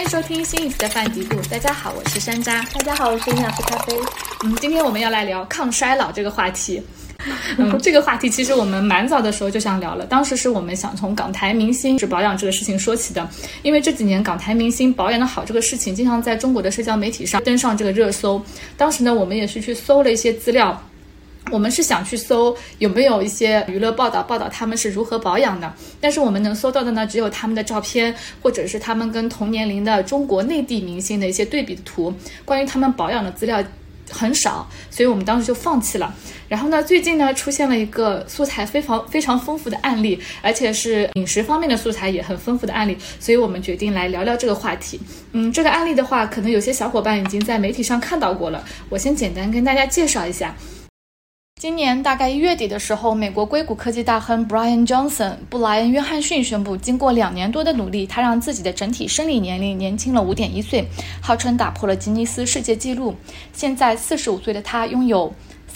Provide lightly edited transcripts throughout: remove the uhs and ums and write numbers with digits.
迎收听新一期的范迪路。大家好，我是山楂。 大家好，我是营养师咖啡。 今天我们要来聊抗衰老这个话题。这个话题其实我们蛮早的时候就想聊了，当时是我们想从港台明星保养这个事情说起的，因为这几年港台明星保养的好这个事情经常在中国的社交媒体上登上这个热搜。当时呢，我们也是去搜了一些资料，我们是想去搜有没有一些娱乐报道他们是如何保养的，但是我们能搜到的呢，只有他们的照片，或者是他们跟同年龄的中国内地明星的一些对比的图，关于他们保养的资料很少，所以我们当时就放弃了。然后呢，最近呢出现了一个素材非常丰富的案例，而且是饮食方面的素材也很丰富的案例，所以我们决定来聊聊这个话题。这个案例的话，可能有些小伙伴已经在媒体上看到过了，我先简单跟大家介绍一下。今年大概1月底的时候，美国硅谷科技大亨 Brian Johnson 布莱恩·约翰逊宣布，经过2年多的努力，他让自己的整体生理年龄年轻了 5.1 岁，号称打破了吉尼斯世界纪录。现在45岁的他拥有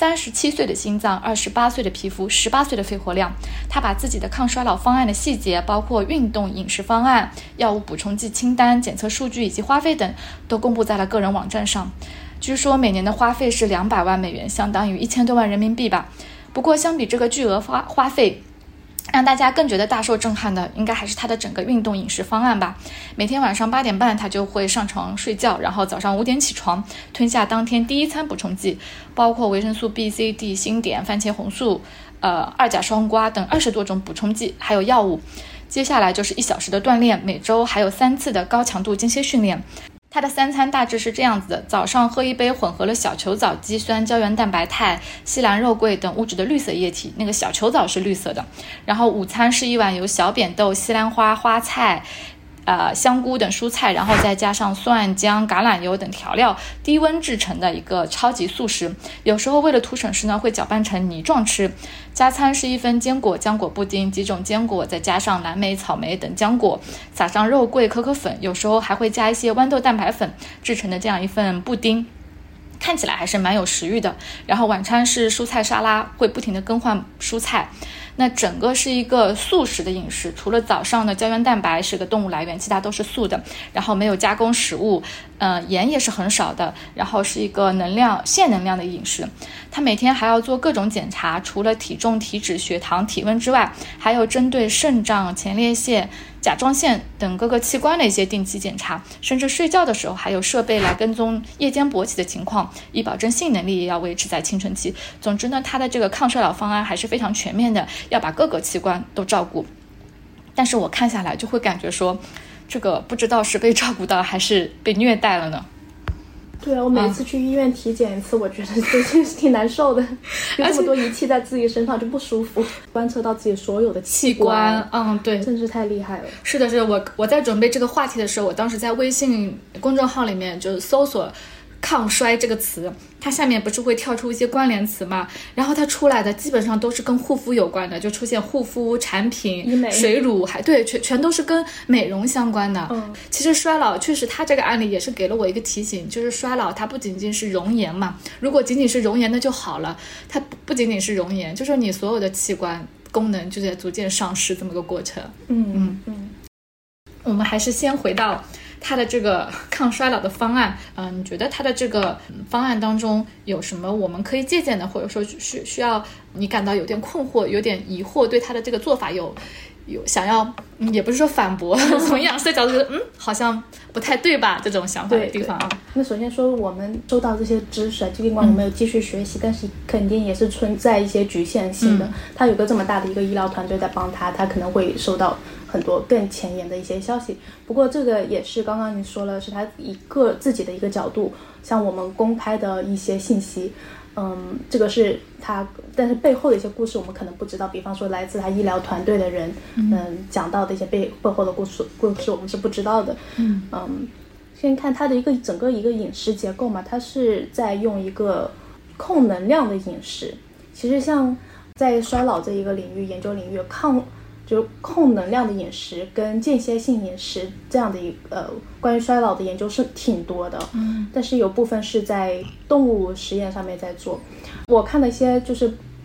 37岁的心脏，28岁的皮肤，18岁的肺活量。他把自己的抗衰老方案的细节，包括运动、饮食方案、药物补充剂清单、检测数据以及花费等，都公布在了个人网站上。据说每年的花费是200万美元，相当于1000多万人民币吧。不过相比这个巨额花费，让大家更觉得大受震撼的，应该还是他的整个运动饮食方案吧。每天晚上8点半他就会上床睡觉，然后早上5点起床，吞下当天第一餐补充剂，包括维生素 B、C、D、锌碘、番茄红素、2甲双胍等20多种补充剂，还有药物。接下来就是1小时的锻炼，每周还有3次的高强度间歇训练。它的3餐大致是这样子的：早上喝一杯混合了小球藻、肌酸、胶原蛋白、肽、西兰肉桂等物质的绿色液体，那个小球藻是绿色的。然后午餐是一碗由小扁豆、西兰花、花菜、香菇等蔬菜，然后再加上蒜、姜、橄榄油等调料，低温制成的一个超级素食。有时候为了图省事呢，会搅拌成泥状吃。加餐是1份坚果、浆果布丁，几种坚果，再加上蓝莓、草莓等浆果，撒上肉桂、可可粉，有时候还会加一些豌豆蛋白粉制成的这样一份布丁。看起来还是蛮有食欲的。然后晚餐是蔬菜沙拉，会不停地更换蔬菜。那整个是一个素食的饮食，除了早上的胶原蛋白是个动物来源，其他都是素的，然后没有加工食物，盐也是很少的，然后是一个限能量的饮食。他每天还要做各种检查，除了体重、体脂、血糖、体温之外，还有针对肾脏、前列腺、甲状腺等各个器官的一些定期检查，甚至睡觉的时候还有设备来跟踪夜间勃起的情况，以保证性能力也要维持在青春期。总之呢，他的这个抗衰老方案还是非常全面的，要把各个器官都照顾。但是我看下来就会感觉说，这个不知道是被照顾到还是被虐待了呢。 对啊，我每次去医院体检一次，我觉得这件事挺难受的，有这么多仪器在自己身上就不舒服，观测到自己所有的器官， 对， 真是太厉害了。 是的，我在准备这个话题的时候，我当时在微信公众号里面就搜索抗衰这个词，它下面不是会跳出一些关联词嘛，然后它出来的基本上都是跟护肤有关的，就出现护肤产品、水乳，还对，全都是跟美容相关的。其实衰老确实，它这个案例也是给了我一个提醒，就是衰老它不仅仅是容颜嘛，如果仅仅是容颜那就好了，它不仅仅是容颜，就是你所有的器官功能就在逐渐丧失这么个过程。我们还是先回到他的这个抗衰老的方案，你觉得他的这个方案当中有什么我们可以借鉴的，或者说需要你感到有点困惑、有点疑惑，对他的这个做法有想要，也不是说反驳，从营养师的角度觉得好像不太对吧？这种想法的地方啊。 那首先说，我们收到这些知识，尽管我们有继续学习，但是肯定也是存在一些局限性的。他有个这么大的一个医疗团队在帮他可能会收到很多更前沿的一些消息。不过这个也是刚刚你说了，是他一个自己的一个角度，像我们公开的一些信息。这个是他，但是背后的一些故事我们可能不知道，比方说来自他医疗团队的人，讲到的一些背后的故事我们是不知道的。先看他的整个一个饮食结构嘛，他是在用一个控能量的饮食。其实像在衰老这一个领域研究领域，控能量的饮食跟间歇性饮食这样的关于衰老的研究是挺多的，但是有部分是在动物实验上面在做。我看了一些就是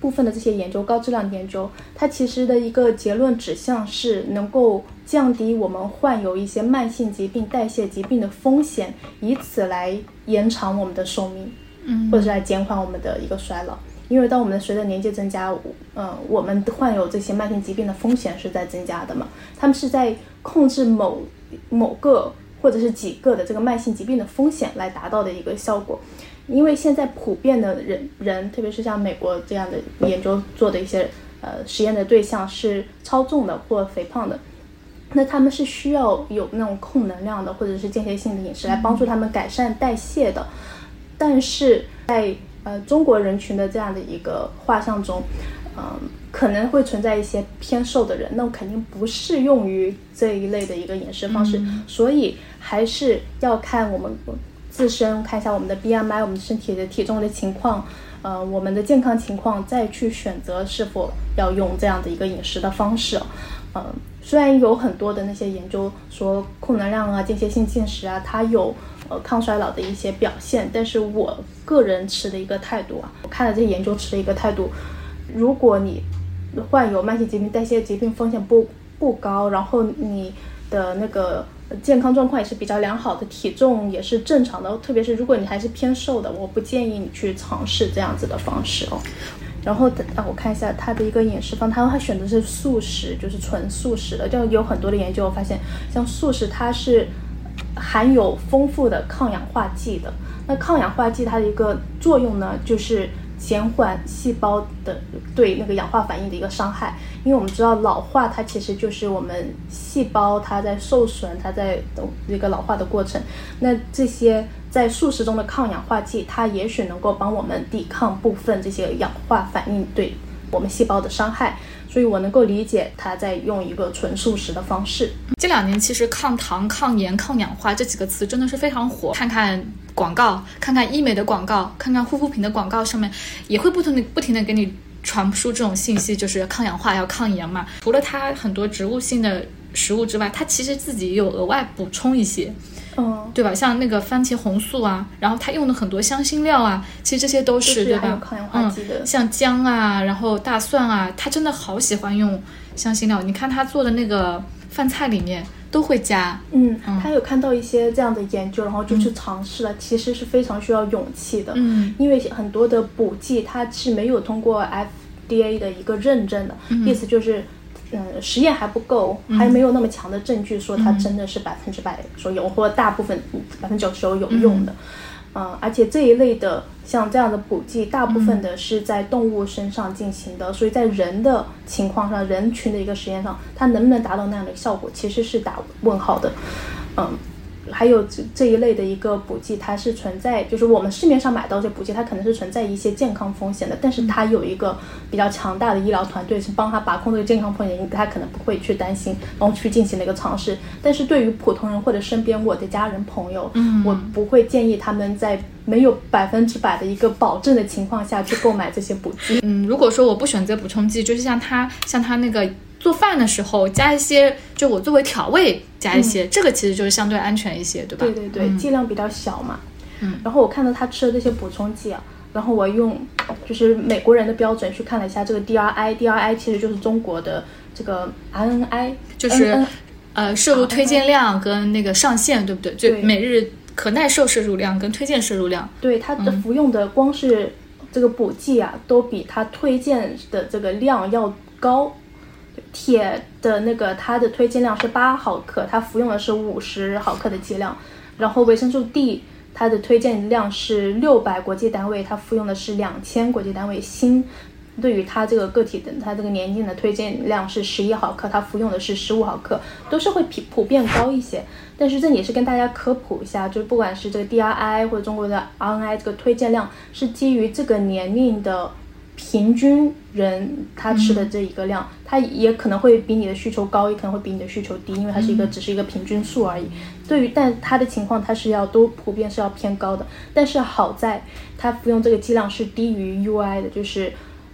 部分的这些研究，高质量的研究，它其实的一个结论指向是能够降低我们患有一些慢性疾病、代谢疾病的风险，以此来延长我们的寿命，或者是来减缓我们的一个衰老。因为当我们随着年纪增加，我们患有这些慢性疾病的风险是在增加的嘛，他们是在控制某个或者是几个的这个慢性疾病的风险来达到的一个效果。因为现在普遍的人，特别是像美国这样的研究做的一些实验的对象是超重的或肥胖的，那他们是需要有那种控能量的或者是间歇性的饮食来帮助他们改善代谢的。但是在中国人群的这样的一个画像中，可能会存在一些偏瘦的人，那肯定不适用于这一类的一个饮食方式，所以还是要看我们自身，看一下我们的 BMI， 我们身体的体重的情况，我们的健康情况，再去选择是否要用这样的一个饮食的方式。虽然有很多的那些研究说控能量啊、间歇性进食啊，它有抗衰老的一些表现，但是我个人持的一个态度啊，我看了这些研究持的一个态度，如果你患有慢性疾病、代谢疾病风险不高，然后你的那个健康状况也是比较良好的，体重也是正常的，特别是如果你还是偏瘦的，我不建议你去尝试这样子的方式哦。然后我看一下他的一个饮食方，他选的是素食，就是纯素食的。就有很多的研究，我发现像素食它是含有丰富的抗氧化剂的。那抗氧化剂它的一个作用呢，就是减缓细胞的对那个氧化反应的一个伤害。因为我们知道老化它其实就是我们细胞它在受损，它在一个老化的过程。那这些在素食中的抗氧化剂，它也许能够帮我们抵抗部分这些氧化反应对我们细胞的伤害，所以我能够理解它在用一个纯素食的方式。 这2年其实抗糖、抗盐、抗氧化这几个词真的是非常火，看看广告，看看医美的广告，看看护肤品的广告，上面也会不停的给你传输这种信息，就是抗氧化要抗盐嘛。除了它很多植物性的食物之外，它其实自己也有额外补充一些，对吧？像那个番茄红素啊，然后它用的很多香辛料啊，其实这些都是对吧？ 有抗氧化剂的， 像姜啊，然后大蒜啊，它真的好喜欢用香辛料。你看他做的那个饭菜里面都会加。 他有看到一些这样的研究，然后就去尝试了，其实是非常需要勇气的。因为很多的补剂它是没有通过 FDA 的一个认证的，意思就是实验还不够，还没有那么强的证据说它真的是100%说有，或大部分90%有用的。而且这一类的像这样的补剂，大部分的是在动物身上进行的，所以在人的情况上，人群的一个实验上，它能不能达到那样的效果，其实是打问号的。还有这一类的一个补剂，它是存在，就是我们市面上买到这补剂，它可能是存在一些健康风险的，但是它有一个比较强大的医疗团队是帮他把控这个健康风险，他可能不会去担心，然后去进行那个尝试。但是对于普通人或者身边我的家人朋友，我不会建议他们在没有100%的一个保证的情况下去购买这些补剂。 如果说我不选择补充剂，就是像他那个做饭的时候加一些，就我作为调味加一些，这个其实就是相对安全一些，对吧？ 对，剂量比较小嘛。然后我看到他吃的这些补充剂啊，然后我用就是美国人的标准去看了一下这个 DRI 其实就是中国的这个 RNI， 就是摄入推荐量跟那个上限，对不对？就每日可耐受摄入量跟推荐摄入量。 对，它的服用的光是这个补剂啊，都比它推荐的这个量要高。铁的那个它的推荐量是8毫克，它服用的是50毫克的剂量。然后维生素 D 它的推荐量是600国际单位，它服用的是2000国际单位。锌对于它这个个体的它这个年龄的推荐量是11毫克，它服用的是15毫克，都是会普遍高一些。但是这也是跟大家科普一下，就是不管是这个 DRI 或者中国的 RNI 这个推荐量是基于这个年龄的平均人他吃的这一个量，它也可能会比你的需求高，也可能会比你的需求低，因为它是只是一个平均数而已。但它的情况它是都普遍是要偏高的，但是好在它服用这个剂量是低于 UI 的，就是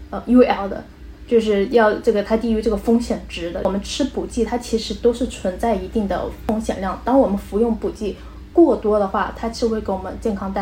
UL 的，就是要这个它低于这个风险值的。我们吃补剂它其实都是存在一定的风险量，当我们服用补剂过多的话，它是会给我们健康带来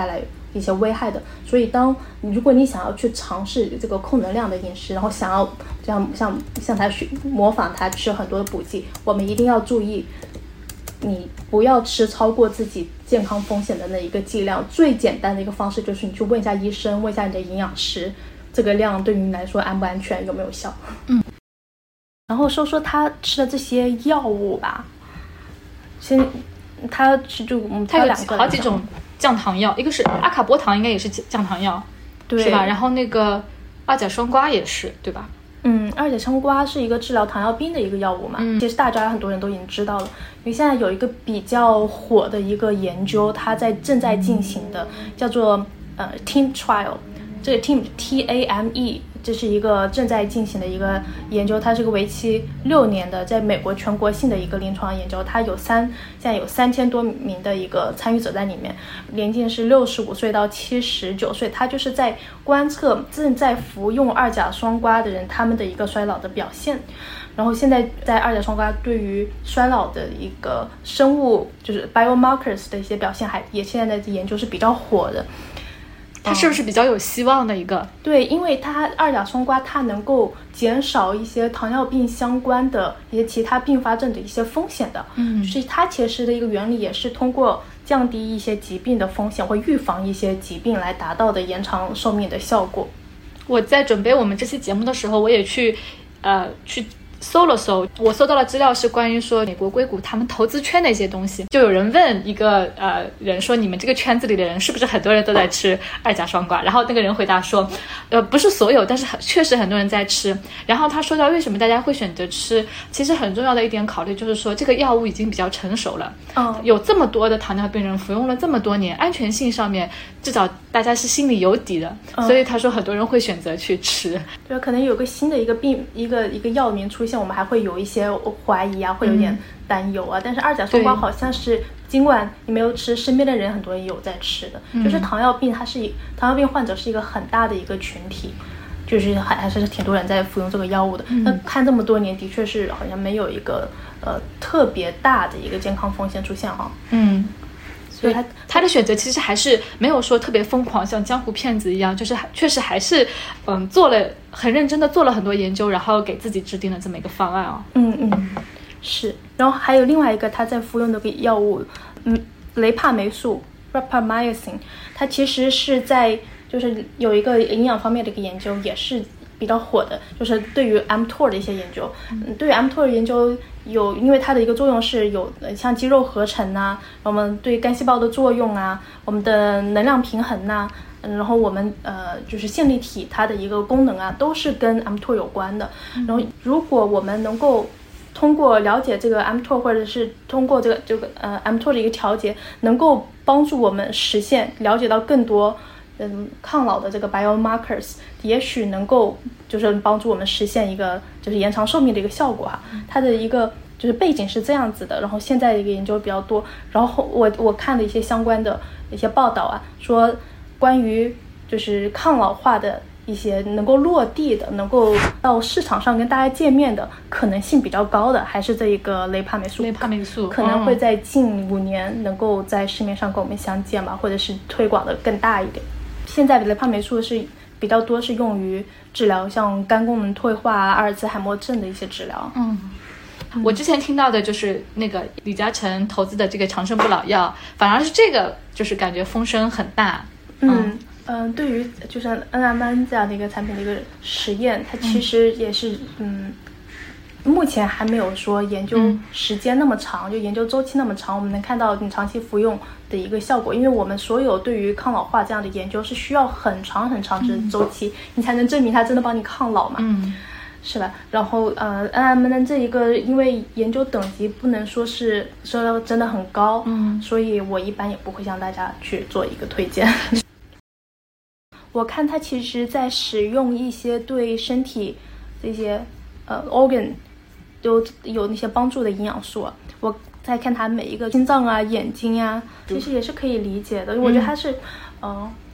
一些危害的。所以如果你想要去尝试这个控能量的饮食，然后想要像他模仿他吃很多的补剂，我们一定要注意，你不要吃超过自己健康风险的那一个剂量。最简单的一个方式就是你去问一下医生，问一下你的营养师，这个量对于你来说安不安全，有没有效。然后说说他吃的这些药物吧。先他有好几种降糖药，一个是阿卡波糖，应该也是降糖药， 对， 是吧？然后那个二甲双胍也是，对吧？ 二甲双胍是一个治疗糖尿病的一个药物嘛，其实大家很多人都已经知道了，因为现在有一个比较火的一个研究，它正在进行的，叫做TAME trial， 这个 TAME TAME 这是一个正在进行的一个研究，它是个为期6年的，在美国全国性的一个临床研究，它现在有3000多名的一个参与者在里面，年纪是65岁到79岁，它就是在观测正在服用二甲双胍的人他们的一个衰老的表现。然后现在在二甲双胍对于衰老的一个生物就是 biomarkers 的一些表现也现在的研究是比较火的。 它是不是比较有希望的一个？ 对，因为它二甲双胍它能够减少一些糖尿病相关的一些其他并发症的一些风险的。所以它其实的一个原理也是通过降低一些疾病的风险或预防一些疾病来达到的延长寿命的效果。 我在准备我们这期节目的时候，我也去搜了搜，我搜到了资料是关于说美国硅谷他们投资圈的一些东西，就有人问一个人说，你们这个圈子里的人是不是很多人都在吃二甲双胍？然后那个人回答说不是所有，但是确实很多人在吃。然后他说到为什么大家会选择吃，其实很重要的一点考虑就是说这个药物已经比较成熟了，有这么多的糖尿病人服用了这么多年，安全性上面至少大家是心里有底的，所以他说很多人会选择去吃。 对，可能有个新的一个药名出现，我们还会有一些怀疑啊，会有点担忧啊。但是二甲双胍好像是尽管你没有吃，身边的人很多人有在吃的。就是糖尿病患者是一个很大的一个群体，就是还是挺多人在服用这个药物的。那看这么多年，的确是好像没有一个特别大的一个健康风险出现哈。 所以他的选择其实还是没有说特别疯狂，像江湖骗子一样，就是确实还是做了很认真的做了很多研究，然后给自己制定了这么一个方案啊。 是。然后还有另外一个他在服用的个药物，雷帕霉素 rapamycin， 它其实是在就是有一个营养方面的一个研究，也是比较火的，就是对于 mTOR 的一些研究。对于 mTOR 的研究因为它的一个作用是有像肌肉合成啊，我们对肝细胞的作用啊，我们的能量平衡啊，然后我们就是线粒体它的一个功能啊，都是跟 mTOR 有关的。然后如果我们能够通过了解这个 mTOR， 或者是通过这个mTOR 的一个调节，能够帮助我们了解到更多抗老的这个 biomarkers， 也许能够就是帮助我们实现一个就是延长寿命的一个效果哈。它的一个就是背景是这样子的，然后现在的一个研究比较多，然后我看了一些相关的一些报道啊，说关于就是抗老化的一些能够落地的，能够到市场上跟大家见面的可能性比较高的，还是这一个雷帕霉素可能会在近5年能够在市面上跟我们相见嘛，或者是推广的更大一点。现在的雷帕霉素是比较多是用于治疗像肝功能退化阿尔兹海默症的一些治疗。 我之前听到的就是那个李嘉诚投资的这个长生不老药，反而是这个就是感觉风声很大。 对于就是NMN这样的一个产品的一个实验，它其实也是目前还没有说研究时间那么长，就研究周期那么长，我们能看到你长期服用的一个效果。因为我们所有对于抗老化这样的研究是需要很长很长的周期，你才能证明它真的帮你抗老嘛，是吧？然后NMN 这一个因为研究等级不能说真的很高，所以我一般也不会向大家去做一个推荐。我看它其实在使用一些对身体这些organ 都有那些帮助的营养素啊，我再看它每一个心脏啊、眼睛啊，其实也是可以理解的。我觉得它是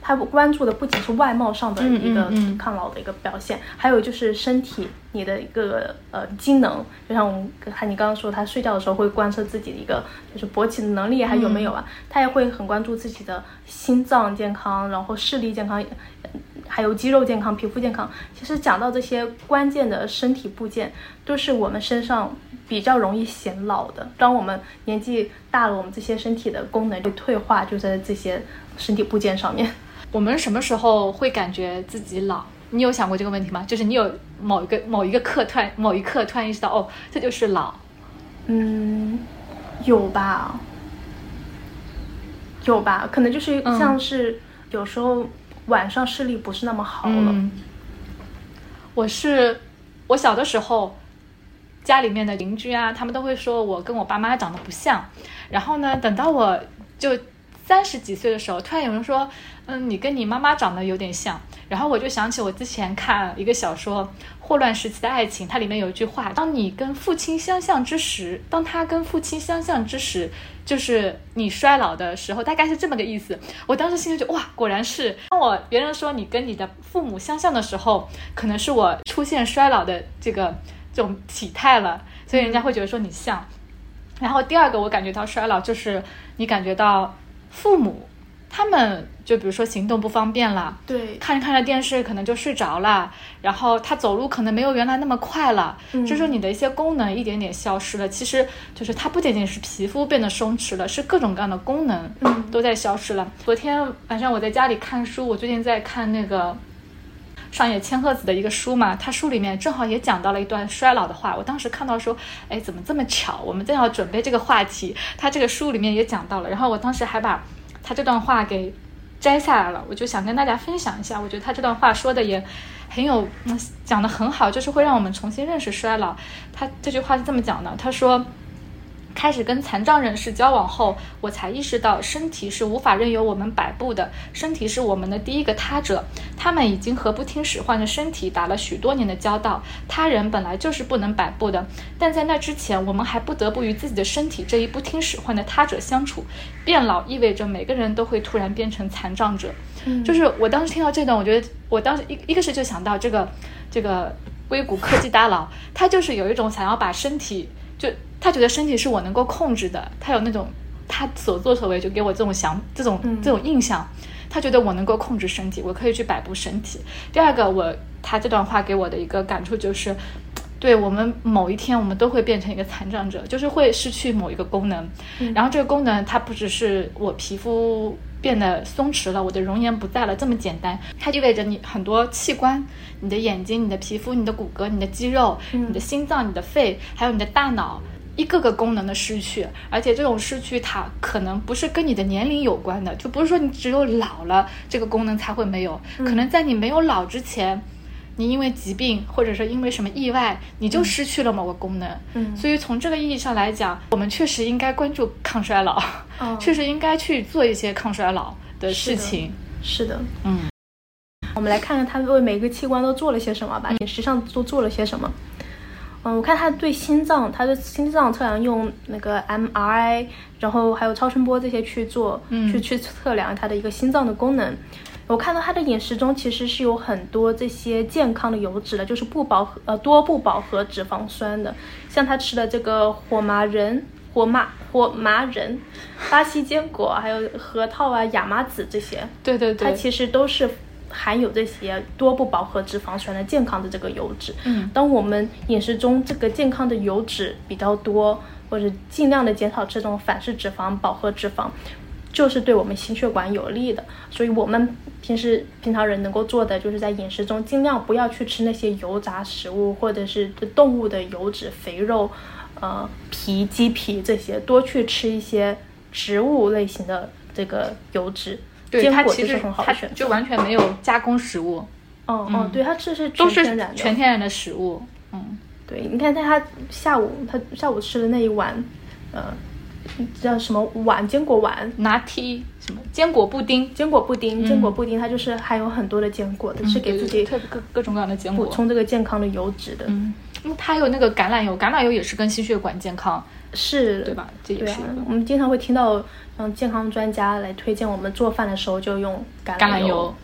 他关注的不仅是外貌上的一个抗老的一个表现，还有就是身体你的一个机能，就像你刚刚说，他睡觉的时候会观测自己的一个就是勃起的能力还有没有啊，他也会很关注自己的心脏健康，然后视力健康，还有肌肉健康、皮肤健康。其实讲到这些关键的身体部件，都是我们身上比较容易显老的。当我们年纪大了，我们这些身体的功能就退化，就在这些身体部件上面。 我们什么时候会感觉自己老？你有想过这个问题吗？就是你有某一刻突然意识到，哦，这就是老。 有吧，可能就是像是有时候晚上视力不是那么好了。 我小的时候，家里面的邻居啊，他们都会说我跟我爸妈长得不像。然后呢，等到我就30几岁的时候，突然有人说，你跟你妈妈长得有点像。然后我就想起我之前看一个小说《霍乱时期的爱情》，它里面有一句话，当他跟父亲相像之时，就是你衰老的时候，大概是这么个意思。我当时心里就哇，果然是。当别人说你跟你的父母相像的时候，可能是我出现衰老的这种体态了，所以人家会觉得说你像。然后第二个我感觉到衰老，就是你感觉到父母他们就比如说行动不方便了， 对， 看着电视可能就睡着了，然后他走路可能没有原来那么快了，就是说你的一些功能一点点消失了。其实就是它不仅仅是皮肤变得松弛了，是各种各样的功能都在消失了。昨天晚上我在家里看书，我最近在看那个上野千鹤子的一个书嘛，他书里面正好也讲到了一段衰老的话。我当时看到说，哎，怎么这么巧，我们正要准备这个话题，他这个书里面也讲到了。然后我当时还把他这段话给摘下来了，我就想跟大家分享一下。我觉得他这段话说的也很有讲得很好，就是会让我们重新认识衰老。他这句话是这么讲的，他说，开始跟残障人士交往后，我才意识到身体是无法任由我们摆布的，身体是我们的第一个他者，他们已经和不听使唤的身体打了许多年的交道。他人本来就是不能摆布的，但在那之前，我们还不得不与自己的身体这一不听使唤的他者相处。变老意味着每个人都会突然变成残障者。就是我当时听到这段，我觉得我当时一个是就想到这个硅谷科技大佬，他就是有一种想要把身体，就他觉得身体是我能够控制的，他有那种他所作所为就给我这种印象，他觉得我能够控制身体，我可以去摆布身体。第二个他这段话给我的一个感触就是，对，我们某一天我们都会变成一个残障者，就是会失去某一个功能。然后这个功能它不只是我皮肤变得松弛了，我的容颜不在了这么简单，它意味着你很多器官，你的眼睛、你的皮肤、你的骨骼、你的肌肉、你的心脏、你的肺，还有你的大脑，一个个功能的失去。而且这种失去它可能不是跟你的年龄有关的，就不是说你只有老了这个功能才会没有，可能在你没有老之前，你因为疾病或者是因为什么意外，你就失去了某个功能。所以从这个意义上来讲，我们确实应该关注抗衰老，确实应该去做一些抗衰老的事情。 是的。我们来看看他为每个器官都做了些什么吧，饮食上都做了些什么。我看他对心脏测量用那个 MRI， 然后还有超声波这些去做，去测量他的一个心脏的功能。我看到他的饮食中其实是有很多这些健康的油脂的，就是多不饱和脂肪酸的，像他吃的这个火麻仁、巴西坚果，还有核桃啊、亚麻籽这些， 对， 它其实都是含有这些多不饱和脂肪酸的健康的这个油脂。当我们饮食中这个健康的油脂比较多，或者尽量的减少这种反式脂肪、饱和脂肪，就是对我们心血管有利的。所以我们平常人能够做的，就是在饮食中尽量不要去吃那些油炸食物，或者是动物的油脂、肥肉、鸡皮这些，多去吃一些植物类型的这个油脂。坚果就是很好的选择， 就完全没有加工食物。 对，它这是都是全天然的食物。 对，你看他下午吃的那一碗，叫什么碗？坚果碗？ 拿铁什么？坚果布丁，它就是含有很多的坚果的，是给自己各种各样的坚果补充这个健康的油脂的。 它有那个橄榄油也是跟心血管健康是， 对吧？这也是一个。 我们经常会听到健康专家来推荐我们做饭的时候就用橄榄油。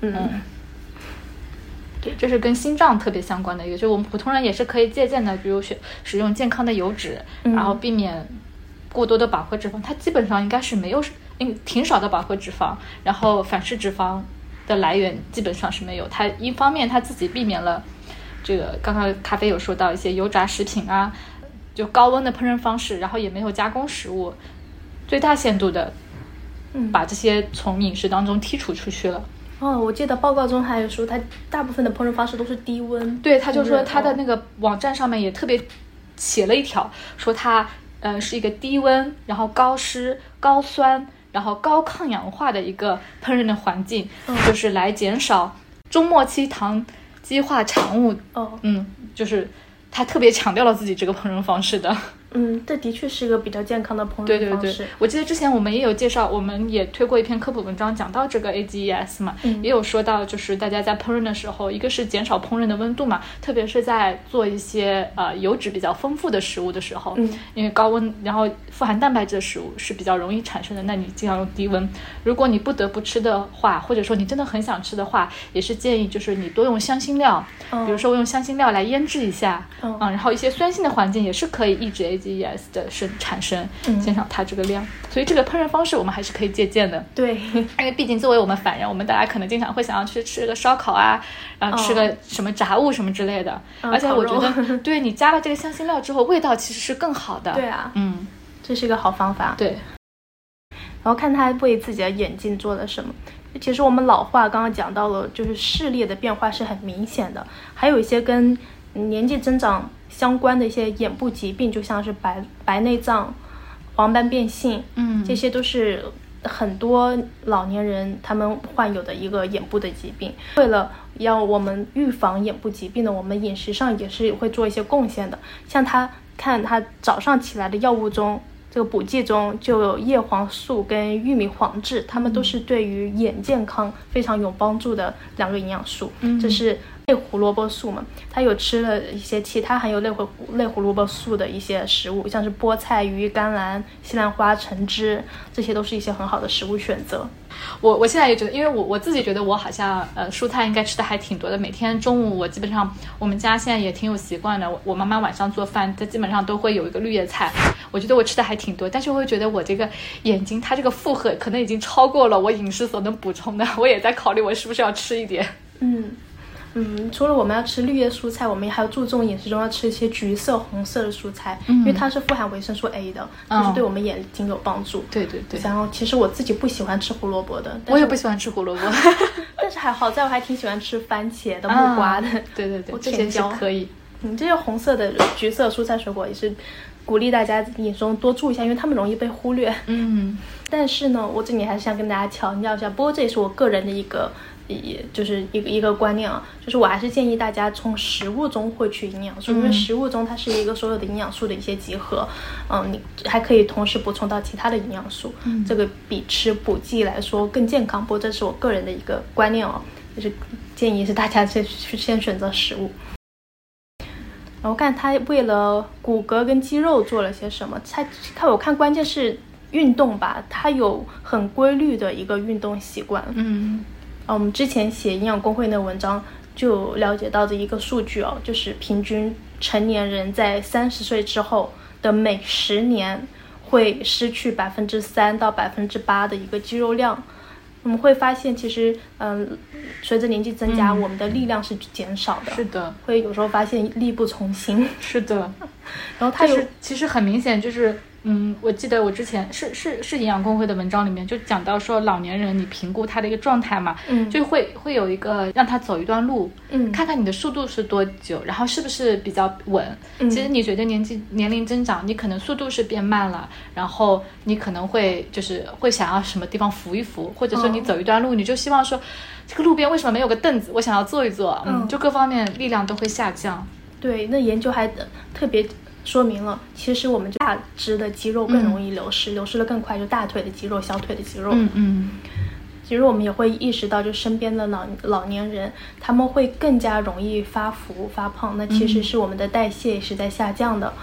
对，这是跟心脏特别相关的一个，就是我们普通人也是可以借鉴的，比如使用健康的油脂，然后避免过多的饱和脂肪，它基本上应该是没有，挺少的饱和脂肪，然后反式脂肪的来源基本上是没有。它一方面它自己避免了这个，刚刚咖啡有说到一些油炸食品啊，就高温的烹饪方式，然后也没有加工食物，最大限度的把这些从饮食当中剔除出去了。 我记得报告中还有说，它大部分的烹饪方式都是低温。 对，他就说他的那个网站上面也特别写了一条，说它是一个低温，然后高湿、高酸，然后高抗氧化的一个烹饪的环境，就是来减少中末期糖基化产物。就是他特别强调了自己这个烹饪方式的。 这的确是一个比较健康的烹饪方式。 对，我记得之前我们也有介绍，我们也推过一篇科普文章讲到这个 AGES 嘛，也有说到就是大家在烹饪的时候，一个是减少烹饪的温度嘛，特别是在做一些油脂比较丰富的食物的时候，因为高温然后富含蛋白质的食物是比较容易产生的，那你尽量用低温。如果你不得不吃的话，或者说你真的很想吃的话，也是建议就是你多用香辛料，比如说用香辛料来腌制一下，然后一些酸性的环境也是可以抑制AGES 的产生，减少它这个量。所以这个烹饪方式我们还是可以借鉴的。 对， 因为毕竟作为我们凡人，我们大家可能经常会想要去吃个烧烤啊，然后吃个什么炸物什么之类的，而且我觉得对你加了这个香辛料之后，味道其实是更好的。 对啊，这是一个好方法。 对， 然后看他为自己的眼睛做了什么。其实我们老化刚刚讲到了，就是视力的变化是很明显的，还有一些跟年纪增长相关的一些眼部疾病，就像是白内障、黄斑变性，这些都是很多老年人他们患有的一个眼部的疾病。为了要我们预防眼部疾病呢，我们饮食上也是会做一些贡献的。像他早上起来的药物中，这个补剂中就有叶黄素跟玉米黄质，它们都是对于眼健康非常有帮助的两个营养素。这是类胡萝卜素嘛，他有吃了一些其他含有类胡萝卜素的一些食物，像是菠菜、鱼、甘蓝、西兰花、橙汁，这些都是一些很好的食物选择。 我现在也觉得，因为我自己觉得我好像蔬菜应该吃的还挺多的，每天中午我基本上我们家现在也挺有习惯的，我妈妈晚上做饭她基本上都会有一个绿叶菜，我觉得我吃的还挺多，但是我会觉得我这个眼睛它这个负荷可能已经超过了我饮食所能补充的，我也在考虑我是不是要吃一点。 除了我们要吃绿叶蔬菜，我们还要注重饮食中要吃一些橘色、红色的蔬菜，因为它是富含维生素 A 的，就是对我们眼睛有帮助。对。然后其实我自己不喜欢吃胡萝卜的， 我也不喜欢吃胡萝卜， 但是好在我还挺喜欢吃番茄的、木瓜的。对， 这些是可以。 这些红色的、橘色蔬菜水果也是鼓励大家饮食中多注意一下，因为它们容易被忽略。但是呢，我这里还是想跟大家强调一下，不过这也是我个人的一个观念啊，就是我还是建议大家从食物中获取营养素，因为食物中它是一个所有的营养素的一些集合，你还可以同时补充到其他的营养素，这个比吃补剂来说更健康。不过这是我个人的一个观念哦，就是建议是大家先选择食物。然后看他为了骨骼跟肌肉做了些什么，我看关键是运动吧，他有很规律的一个运动习惯。我们之前写营养公会的文章就了解到的一个数据哦，就是平均成年人在30岁之后的每10年会失去3%到8%的一个肌肉量。我们会发现其实随着年纪增加，我们的力量是减少的。是的，会有时候发现力不从心。 是的。然后它其实很明显就是我记得我之前是营养公会的文章里面就讲到说，老年人你评估他的一个状态嘛，就会有一个让他走一段路，看看你的速度是多久，然后是不是比较稳。其实你随着年龄增长，你可能速度是变慢了，然后你可能会想要什么地方扶一扶，或者说你走一段路，你就希望说这个路边为什么没有个凳子，我想要坐一坐，就各方面力量都会下降。 对，那研究还特别说明了，其实我们大肢的肌肉更容易流失，流失的更快，就大腿的肌肉、小腿的肌肉。其实我们也会意识到，就身边的老年人，他们会更加容易发福发胖，那其实是我们的代谢也是在下降的。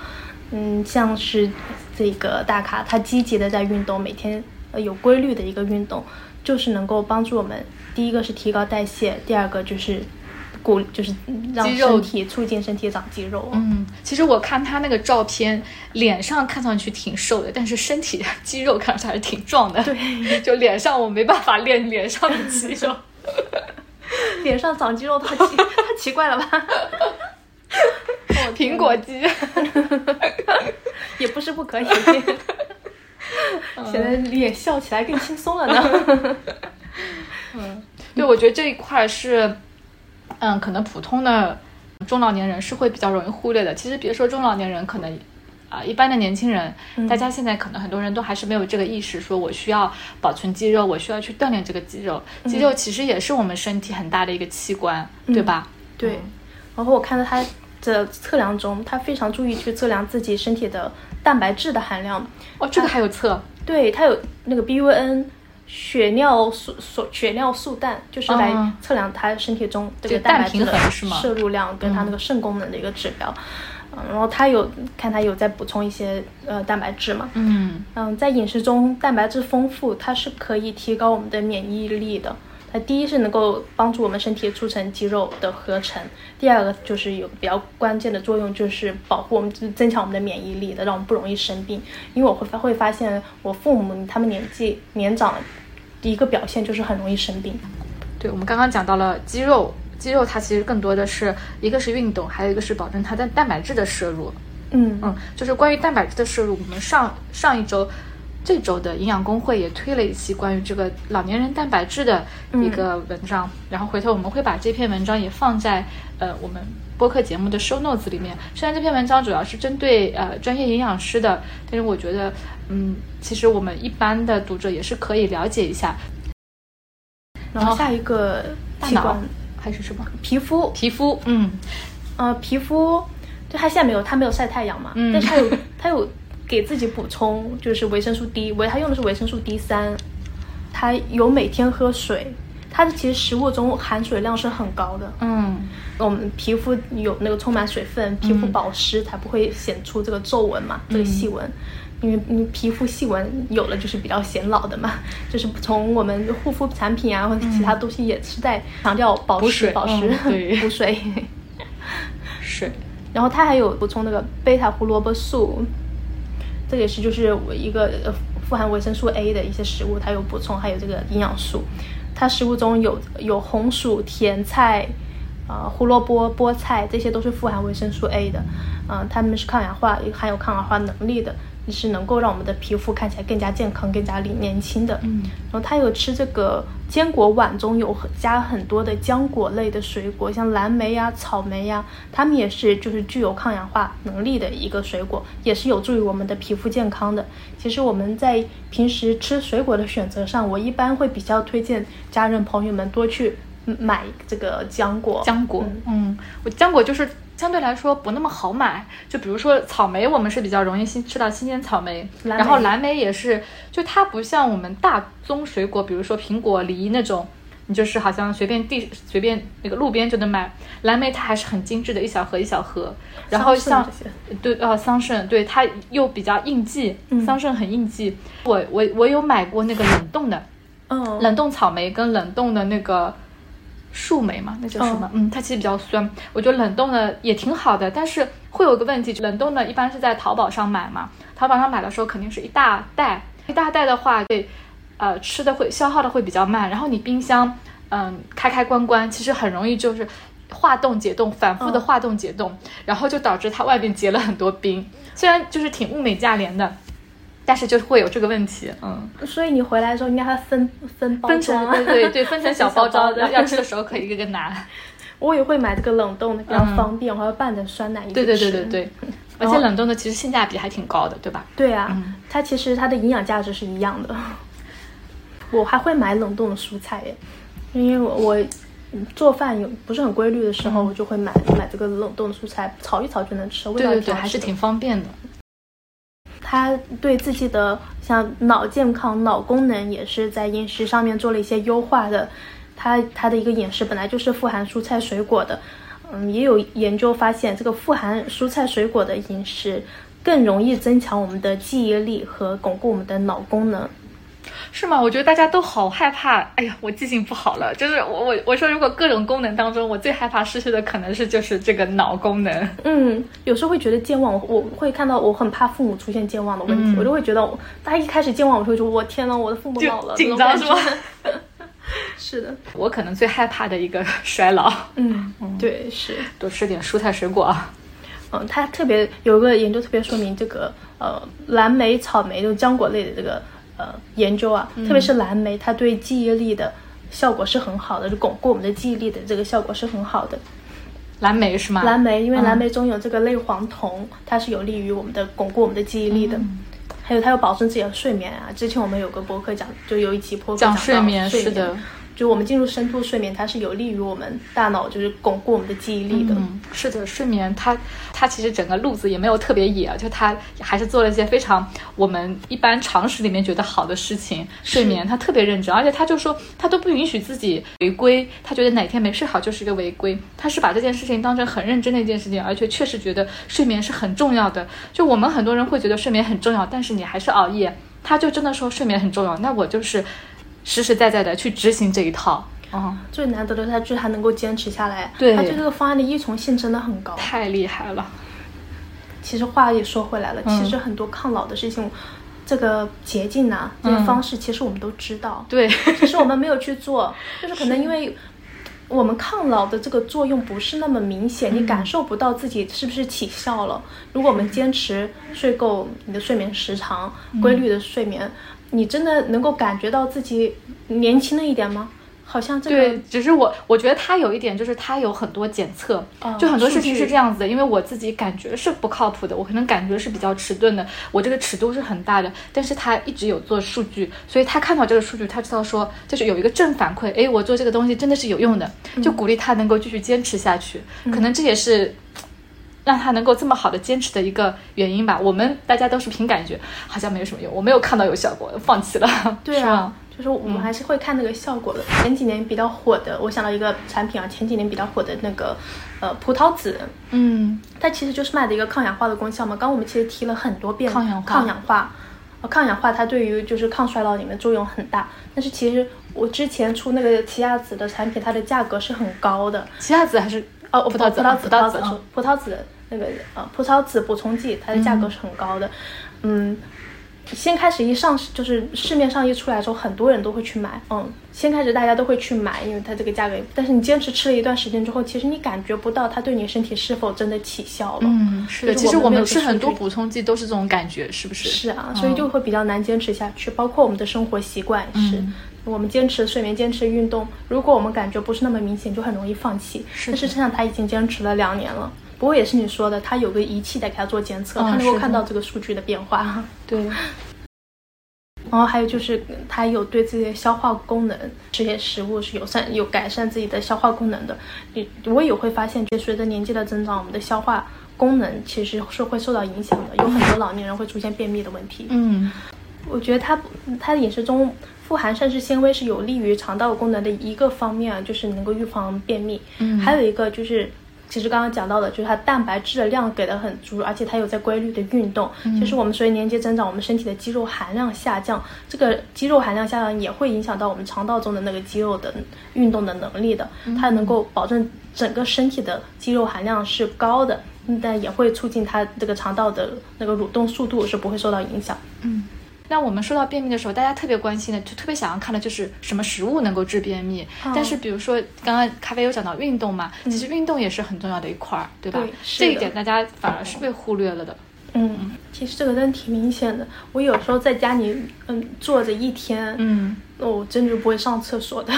像是这个大咖，他积极的在运动，每天有规律的一个运动，就是能够帮助我们，第一个是提高代谢，第二个就是让身体促进身体长肌肉。 其实我看他那个照片，脸上看上去挺瘦的，但是身体肌肉看上去还是挺壮的。 对， 就脸上我没办法练脸上的肌肉。 脸上长肌肉太奇怪了吧？ 苹果肌也不是不可以。现在脸笑起来更轻松了呢。 对，我觉得这一块是可能普通的中老年人是会比较容易忽略的。其实别说中老年人，可能一般的年轻人，大家现在可能很多人都还是没有这个意识，说我需要保存肌肉，我需要去锻炼这个肌肉。肌肉其实也是我们身体很大的一个器官，对吧？ 对。然后我看到他的测量中，他非常注意去测量自己身体的蛋白质的含量。 这个还有测？ 对，他有那个 BUN 血尿素氮，就是来测量他身体中这个蛋白质的摄入量跟他那个肾功能的一个指标。然后他有在补充一些蛋白质嘛。在饮食中蛋白质丰富，它是可以提高我们的免疫力的。它第一是能够帮助我们身体促成肌肉的合成，第二个就是有比较关键的作用，就是保护我们，增强我们的免疫力的，让我们不容易生病。因为我会发现我父母他们年纪年长的一个表现就是很容易生病。 对，我们刚刚讲到了肌肉它其实更多的是一个是运动，还有一个是保证它的蛋白质的摄入。就是关于蛋白质的摄入，我们上一周这周的营养工会也推了一期关于这个老年人蛋白质的一个文章，然后回头我们会把这篇文章也放在我们播客节目的 show notes 里面。虽然这篇文章主要是针对专业营养师的，但是我觉得其实我们一般的读者也是可以了解一下。 然后下一个器官还是什么？ 皮肤。皮肤就他现在他没有晒太阳嘛，但是他有给自己补充，就是维生素 D， 他用的是维生素 D3， 他有每天喝水，他的其实食物中含水量是很高的。我们皮肤有那个充满水分，皮肤保湿才不会显出这个皱纹嘛，这个细纹。因为皮肤细纹有了就是比较显老的嘛，就是从我们护肤产品啊或者其他东西也是在强调保湿对， 补水。 水。 然后它还有补充那个贝塔胡萝卜素，这个也是就是一个富含维生素 A 的一些食物，它有补充，还有这个营养素。它食物中有红薯、甜菜、胡萝卜、菠菜，这些都是富含维生素 A 的。它们是含有抗氧化能力的，是能够让我们的皮肤看起来更加健康、更加年轻的。然后它有吃这个坚果碗中有加很多的浆果类的水果，像蓝莓呀、草莓呀，它们也是就是具有抗氧化能力的一个水果，也是有助于我们的皮肤健康的。其实我们在平时吃水果的选择上，我一般会比较推荐家人朋友们多去买这个浆果。 我浆果就是相对来说不那么好买，就比如说草莓，我们是比较容易吃到新鲜草莓，然后蓝莓也是，就它不像我们大宗水果，比如说苹果、梨那种，你就是好像随便那个路边就能买。蓝莓它还是很精致的，一小盒一小盒。然后像桑葚，对，它又比较应季，桑葚很应季。我有买过那个冷冻的，冷冻草莓跟冷冻的那个树莓嘛，那叫什么？它其实比较酸，我觉得冷冻的也挺好的，但是会有个问题，冷冻的一般是在淘宝上买嘛，淘宝上买的时候肯定是一大袋的话，对，吃的会消耗的会比较慢，然后你冰箱开关，其实很容易就是化冻解冻，反复的化冻解冻，然后就导致它外边结了很多冰，虽然就是挺物美价廉的，但是就会有这个问题。 所以你回来的时候应该它分包装， 对，分成小包装，要吃的时候可以一个个拿。 我也会买这个冷冻的，比较方便，我还要拌着酸奶一起吃。 对，而且冷冻的其实性价比还挺高的，对吧？ 对啊，它其实它的营养价值是一样的。我还会买冷冻的蔬菜耶，因为我做饭不是很规律的时候，我就会买这个冷冻的蔬菜，炒一炒就能吃，味道对，还是挺方便的。 他对自己的像脑健康、脑功能也是在饮食上面做了一些优化的。他的一个饮食本来就是富含蔬菜水果的，也有研究发现，这个富含蔬菜水果的饮食更容易增强我们的记忆力和巩固我们的脑功能。 是吗？我觉得大家都好害怕。哎呀，我记性不好了。就是我说，如果各种功能当中，我最害怕失去的可能就是这个脑功能。 有时候会觉得健忘，我会看到我很怕父母出现健忘的问题，我就会觉得他一开始健忘，我就会说我天哪，我的父母老了， 紧张是吗？ 是的， 我可能最害怕的一个衰老。 对，是多吃点蔬菜水果啊。 他特别有个研究特别说明这个蓝莓、草莓就浆果类的这个研究啊，特别是蓝莓，它对记忆力的效果是很好的，就巩固我们的记忆力的这个效果是很好的。 蓝莓是吗？ 蓝莓，因为蓝莓中有这个类黄酮，它是有利于我们的巩固我们的记忆力的。还有它有保证自己的睡眠啊。之前我们有个播客就有一期播客讲睡眠，是的。 就我们进入深度睡眠，它是有利于我们大脑就是巩固我们的记忆力的。 是的，睡眠它其实整个路子也没有特别野，就它还是做了一些非常我们一般常识里面觉得好的事情。睡眠它特别认真，而且他就说他都不允许自己违规，他觉得哪天没睡好就是一个违规，他是把这件事情当成很认真的一件事情，而且确实觉得睡眠是很重要的。就我们很多人会觉得睡眠很重要，但是你还是熬夜，他就真的说睡眠很重要，那我就是实实在在的去执行这一套。 最难得的他就是他能够坚持下来， 对， 他对这个方案的依从性真的很高， 太厉害了。 其实话也说回来了，其实很多抗老的事情，这个捷径啊，这些方式其实我们都知道， 对， 只是我们没有去做，就是可能因为我们抗老的这个作用不是那么明显，你感受不到自己是不是起效了。如果我们坚持睡够你的睡眠时长，规律的睡眠，你真的能够感觉到自己年轻了一点吗？好像这个对，只是我觉得它有一点就是它有很多检测，就很多事情是这样子的，因为我自己感觉是不靠谱的，我可能感觉是比较迟钝的，我这个尺度是很大的，但是他一直有做数据，所以他看到这个数据，他知道说就是有一个正反馈，诶，我做这个东西真的是有用的，就鼓励他能够继续坚持下去，可能这也是让他能够这么好的坚持的一个原因吧。我们大家都是凭感觉，好像没有什么用，我没有看到有效果，放弃了。 对啊，就是我们还是会看那个效果的。前几年比较火的，我想到一个产品啊，前几年比较火的那个葡萄籽，它其实就是卖的一个抗氧化的功效嘛。刚刚我们其实提了很多遍抗氧化它对于就是抗衰老里面作用很大，但是其实我之前出那个奇亚籽的产品，它的价格是很高的。 奇亚籽还是葡萄籽的那个葡萄籽补充剂，它的价格是很高的。先开始一上市，就是市面上一出来的时候，很多人都会去买。先开始大家都会去买，因为它这个价格。但是你坚持吃了一段时间之后，其实你感觉不到它对你身体是否真的起效了。 是的，其实我们吃很多补充剂都是这种感觉，是不是？ 是啊，所以就会比较难坚持下去。包括我们的生活习惯也是，我们坚持睡眠、坚持运动，如果我们感觉不是那么明显，就很容易放弃。但事实上，他已经坚持了2年了。不过也是你说的，他有个仪器在给他做监测，他能够看到这个数据的变化。 对。 然后还有就是它有对自己的消化功能，这些食物是有改善自己的消化功能的。我也会发现，就随着年纪的增长，我们的消化功能其实是会受到影响的，有很多老年人会出现便秘的问题。我觉得它的饮食中富含膳食纤维是有利于肠道功能的一个方面，就是能够预防便秘。还有一个就是其实刚刚讲到的，就是它蛋白质的量给的很足，而且它有在规律的运动。其实我们随着年纪增长，我们身体的肌肉含量下降，这个肌肉含量下降也会影响到我们肠道中的那个肌肉的运动的能力的。它能够保证整个身体的肌肉含量是高的，但也会促进它这个肠道的那个蠕动速度是不会受到影响。 那我们说到便秘的时候，大家特别关心的，就特别想要看的就是什么食物能够治便秘。但是比如说刚刚咖啡有讲到运动嘛，其实运动也是很重要的一块，对吧？这一点大家反而是被忽略了的。 其实这个真的挺明显的。我有时候在家里坐着一天，我真的不会上厕所的。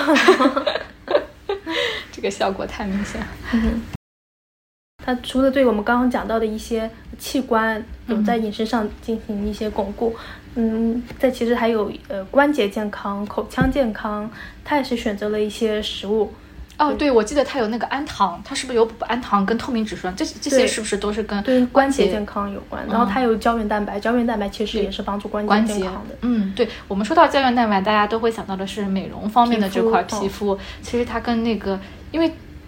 这个效果太明显了。 它除了对我们刚刚讲到的一些器官有在饮食上进行一些巩固，再其实还有关节健康、口腔健康，它也是选择了一些食物。 对，我记得它有那个氨糖，它是不是有氨糖跟透明质酸？这些是不是都是跟关节健康有关？然后它有胶原蛋白，胶原蛋白其实也是帮助关节健康的。 对，我们说到胶原蛋白，大家都会想到的是美容方面的这块皮肤，其实它跟那个因为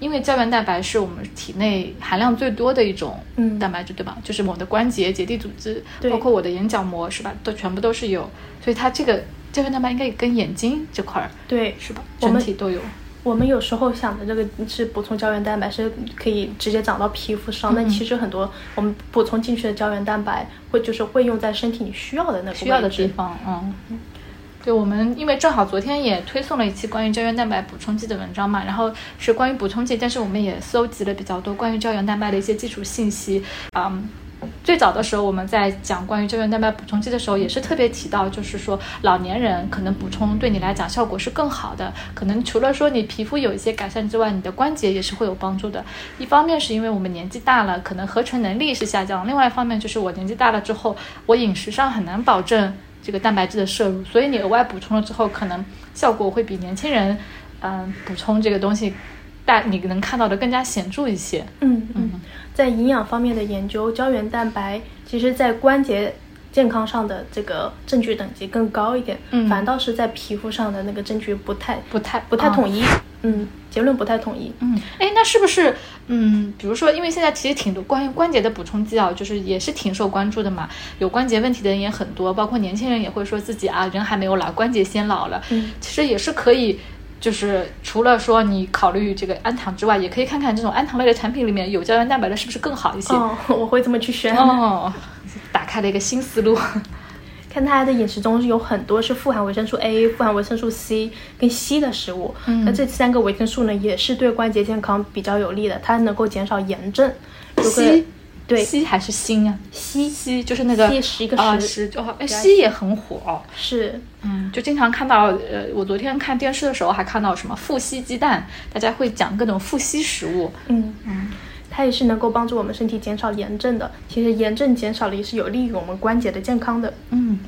因为胶原蛋白是我们体内含量最多的一种蛋白质，对吧？就是我们的关节、结缔组织，包括我的眼角膜，是吧？都全部都是有，所以它这个胶原蛋白应该跟眼睛这块对是吧？整体都有。 我们有时候想的这个是补充胶原蛋白是可以直接长到皮肤上，但其实很多我们补充进去的胶原蛋白会用在身体你需要的那个需要的地方。对，我们因为正好昨天也推送了一期关于胶原蛋白补充剂的文章嘛，然后是关于补充剂，但是我们也搜集了比较多关于胶原蛋白的一些基础信息。最早的时候我们在讲关于胶原蛋白补充剂的时候也是特别提到，就是说老年人可能补充对你来讲效果是更好的，可能除了说你皮肤有一些改善之外，你的关节也是会有帮助的。一方面是因为我们年纪大了，可能合成能力是下降，另外一方面就是我年纪大了之后，我饮食上很难保证这个蛋白质的摄入，所以你额外补充了之后，可能效果会比年轻人补充这个东西你能看到的更加显著一些。 在营养方面的研究，胶原蛋白其实在关节健康上的这个证据等级更高一点，反倒是在皮肤上的那个证据不太统一。结论不太统一。 那是不是比如说因为现在其实挺多关于关节的补充剂啊，就是也是挺受关注的嘛，有关节问题的人也很多，包括年轻人也会说自己人还没有老，关节先老了。其实也是可以，就是除了说你考虑这个氨糖之外，也可以看看这种氨糖类的产品里面有胶原蛋白的是不是更好一些。 我会这么去选。 打开了一个新思路。 看它的饮食中有很多是富含维生素 A、富含维生素 C 跟硒的食物，那这3个维生素呢也是对关节健康比较有利的，它能够减少炎症。 硒对， 硒还是锌啊？ 硒就是那个硒个10 硒也很火是。 就经常看到我昨天看电视的时候还看到什么富硒鸡蛋，大家会讲各种富硒食物。 它也是能够帮助我们身体减少炎症的。其实炎症减少了也是有利于我们关节的健康的。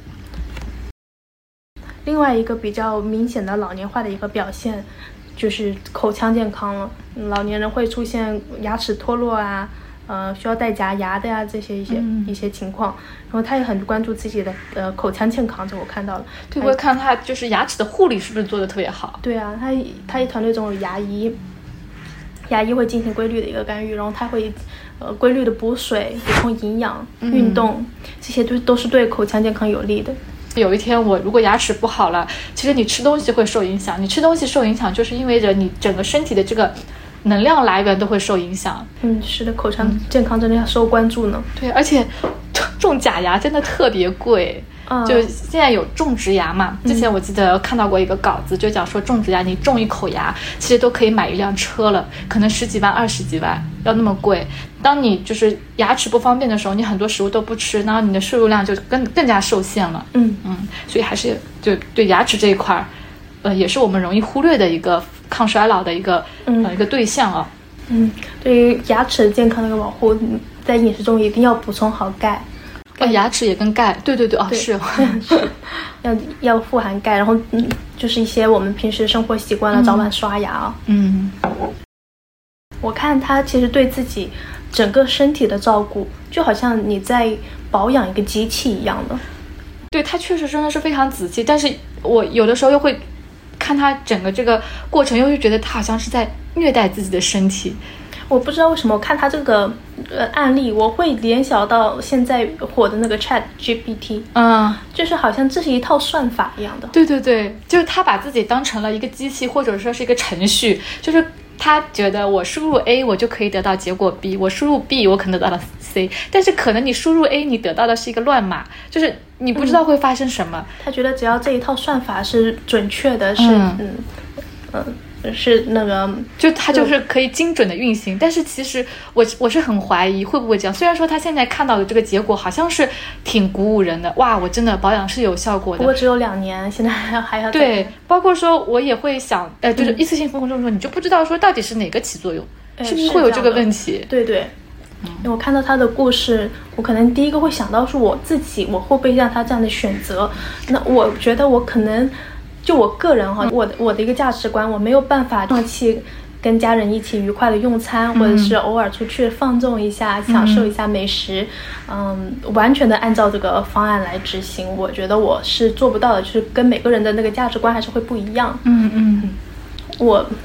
另外一个比较明显的老年化的一个表现就是口腔健康了。老年人会出现牙齿脱落需要戴假牙的这些一些情况，然后他也很关注自己的口腔健康，这我看到了。 对，我看他就是牙齿的护理是不是做的特别好？ 对啊，他一团队中有牙医会进行规律的一个干预，然后他会规律的补水、补充营养、运动，这些都是对口腔健康有利的。 有一天我如果牙齿不好了，其实你吃东西会受影响，你吃东西受影响就是因为着你整个身体的这个能量来源都会受影响。 是的，口腔健康真的要受关注呢。 对，而且种假牙真的特别贵。就现在有种植牙嘛，之前我记得看到过一个稿子，就讲说种植牙你种一口牙其实都可以买一辆车了，可能10几万20几万，要那么贵。当你就是牙齿不方便的时候，你很多食物都不吃，然后你的摄入量就更加受限了。所以还是就对牙齿这一块也是我们容易忽略的一个抗衰老的一个对象啊。 对于牙齿健康的一个保护，在饮食中一定要补充好钙。 牙齿也跟钙，对是要富含钙，然后就是一些我们平时生活习惯了，早晚刷牙我看他其实对自己整个身体的照顾，就好像你在保养一个机器一样的。 对，他确实真的是非常仔细，但是我有的时候又会看他整个这个过程，又会觉得他好像是在虐待自己的身体。 我不知道为什么我看他这个案例，我会联想到现在火的那个 ChatGPT，就是好像这是一套算法一样的。 对，就是他把自己当成了一个机器，或者说是一个程序，就是他觉得我输入 A 我就可以得到结果 B， 我输入 B 我可能得到了 C， 但是可能你输入 A 你得到的是一个乱码，就是你不知道会发生什么。 他觉得只要这一套算法是准确的，是那个， 就它就是可以精准的运行，但是其实我是很怀疑会不会这样。虽然说他现在看到的这个结果好像是挺鼓舞人的，哇，我真的保养是有效果的。 不过只有2年，现在还要对，包括说我也会想，就是一次性封控中，你就不知道说到底是哪个起作用，是不是会有这个问题？ 对。因为我看到他的故事，我可能第一个会想到是我自己，我会不会像他这样的选择？那我觉得我可能。就我个人我的一个价值观，我没有办法放弃跟家人一起愉快的用餐，或者是偶尔出去放纵一下，享受一下美食，完全的按照这个方案来执行，我觉得我是做不到的，就是跟每个人的那个价值观还是会不一样。我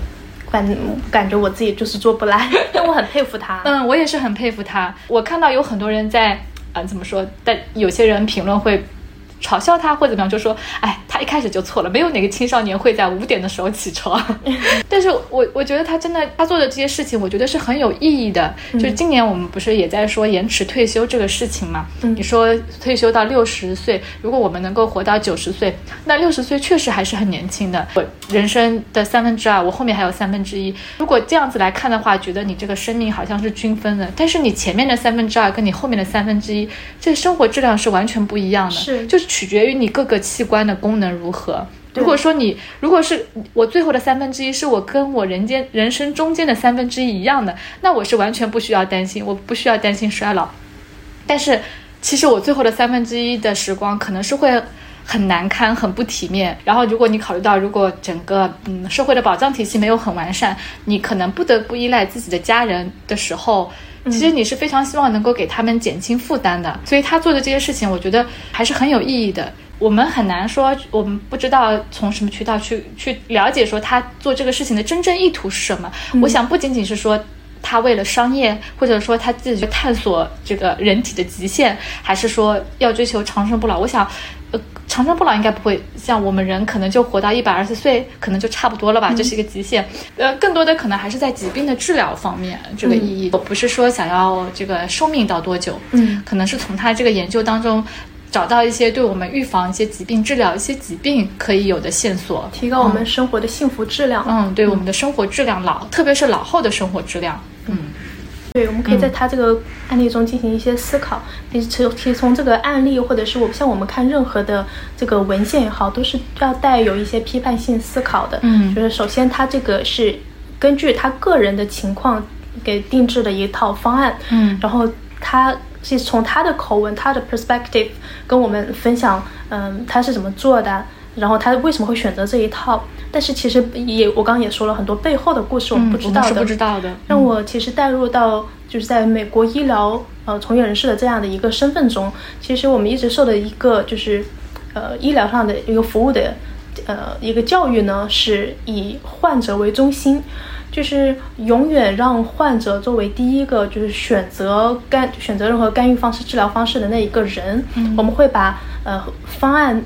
感觉我自己就是做不来，但我很佩服他。 我也是很佩服他。我看到有很多人在怎么说，但有些人评论会嘲笑他或者怎么样，就说他一开始就错了，没有哪个青少年会在5点的时候起床。但是我觉得他真的他做的这些事情我觉得是很有意义的。就是今年我们不是也在说延迟退休这个事情嘛，你说退休到60岁，如果我们能够活到90岁，那60岁确实还是很年轻的。我人生的2/3，我后面还有1/3，如果这样子来看的话，觉得你这个生命好像是均分的，但是你前面的2/3跟你后面的1/3，这生活质量是完全不一样的， 是就是取决于你各个器官的功能如何。如果是我最后的1/3是我跟我人生中间的1/3一样的，那我是完全不需要担心，我不需要担心衰老。但是其实我最后的1/3的时光可能是会很难堪，很不体面。然后如果你考虑到如果整个社会的保障体系没有很完善，你可能不得不依赖自己的家人的时候，其实你是非常希望能够给他们减轻负担的。所以他做的这些事情我觉得还是很有意义的。我们很难说，我们不知道从什么渠道去了解说他做这个事情的真正意图是什么。我想不仅仅是说他为了商业，或者说他自己探索这个人体的极限，还是说要追求长生不老。我想长生不老应该不会，像我们人可能就活到120岁可能就差不多了吧，这是一个极限。更多的可能还是在疾病的治疗方面这个意义。我不是说想要这个寿命到多久，可能是从他这个研究当中找到一些对我们预防一些疾病、治疗一些疾病可以有的线索， 提高我们生活的幸福质量。 对我们的生活质量，特别是老后的生活质量。 对，我们可以在他这个案例中进行一些思考。其实从这个案例，或者是像我们看任何的这个文献也好，都是要带有一些批判性思考的。就是首先他这个是根据他个人的情况给定制的一套方案。然后他是从他的口吻，他的 perspective 跟我们分享，他是怎么做的，然后他为什么会选择这一套。但是其实我刚刚也说了很多背后的故事，我们不知道的， 我们是不知道的。 让我其实带入到就是在美国医疗从业人士的这样的一个身份中，其实我们一直受的一个就是医疗上的一个服务的一个教育呢，是以患者为中心。就是永远让患者作为第一个就是选择任何干预方式、治疗方式的那一个人。我们会把方案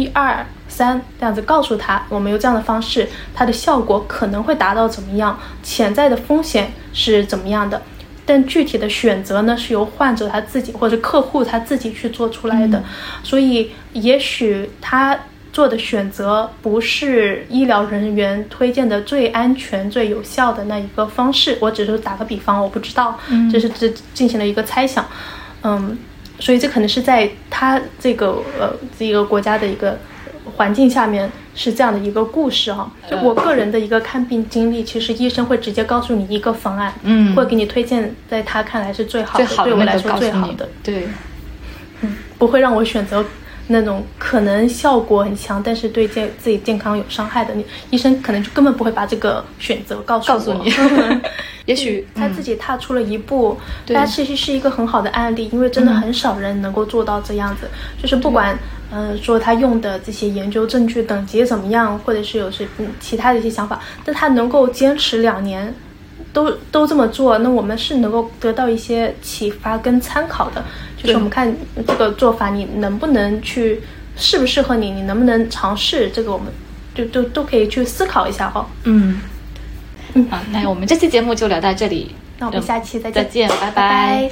1、2、3这样子告诉他，我们有这样的方式，它的效果可能会达到怎么样，潜在的风险是怎么样的。但具体的选择呢，是由患者他自己或者客户他自己去做出来的。所以也许他做的选择不是医疗人员推荐的最安全最有效的那一个方式，我只是打个比方，我不知道，这进行了一个猜想。所以这可能是在他这个国家的一个环境下面是这样的一个故事哈。就我个人的一个看病经历，其实医生会直接告诉你一个方案，会给你推荐在他看来是最好的，对我来说最好的。 对， 不会让我选择那种可能效果很强但是对自己健康有伤害的，医生可能就根本不会把这个选择告诉你。 也许他自己踏出了一步，他其实是一个很好的案例，因为真的很少人能够做到这样子。就是不管说他用的这些研究证据等级怎么样，或者是有其他的一些想法，但他能够坚持2年都这么做，那我们是能够得到一些启发跟参考的。就是我们看这个做法你能不能去适不适合你能不能尝试，这个我们都可以去思考一下哈。 那我们这期节目就聊到这里， 那我们下期再见，拜拜。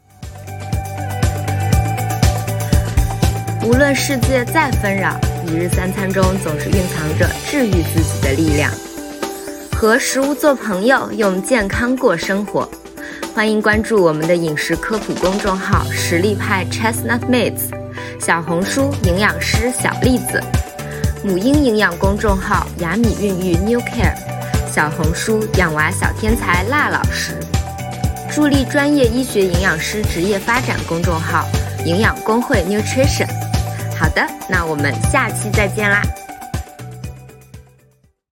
无论世界再纷扰，一日3餐中总是蕴藏着治愈自己的力量。和食物做朋友，用健康过生活。欢迎关注我们的饮食科普公众号实力派 Chestnut Mates， 小红书营养师小栗子，母婴营养公众号雅米孕育 New Care， 小红书养娃小天才辣老师，助力专业医学营养师职业发展公众号营养工会 Nutrition。好的，那我们下期再见啦。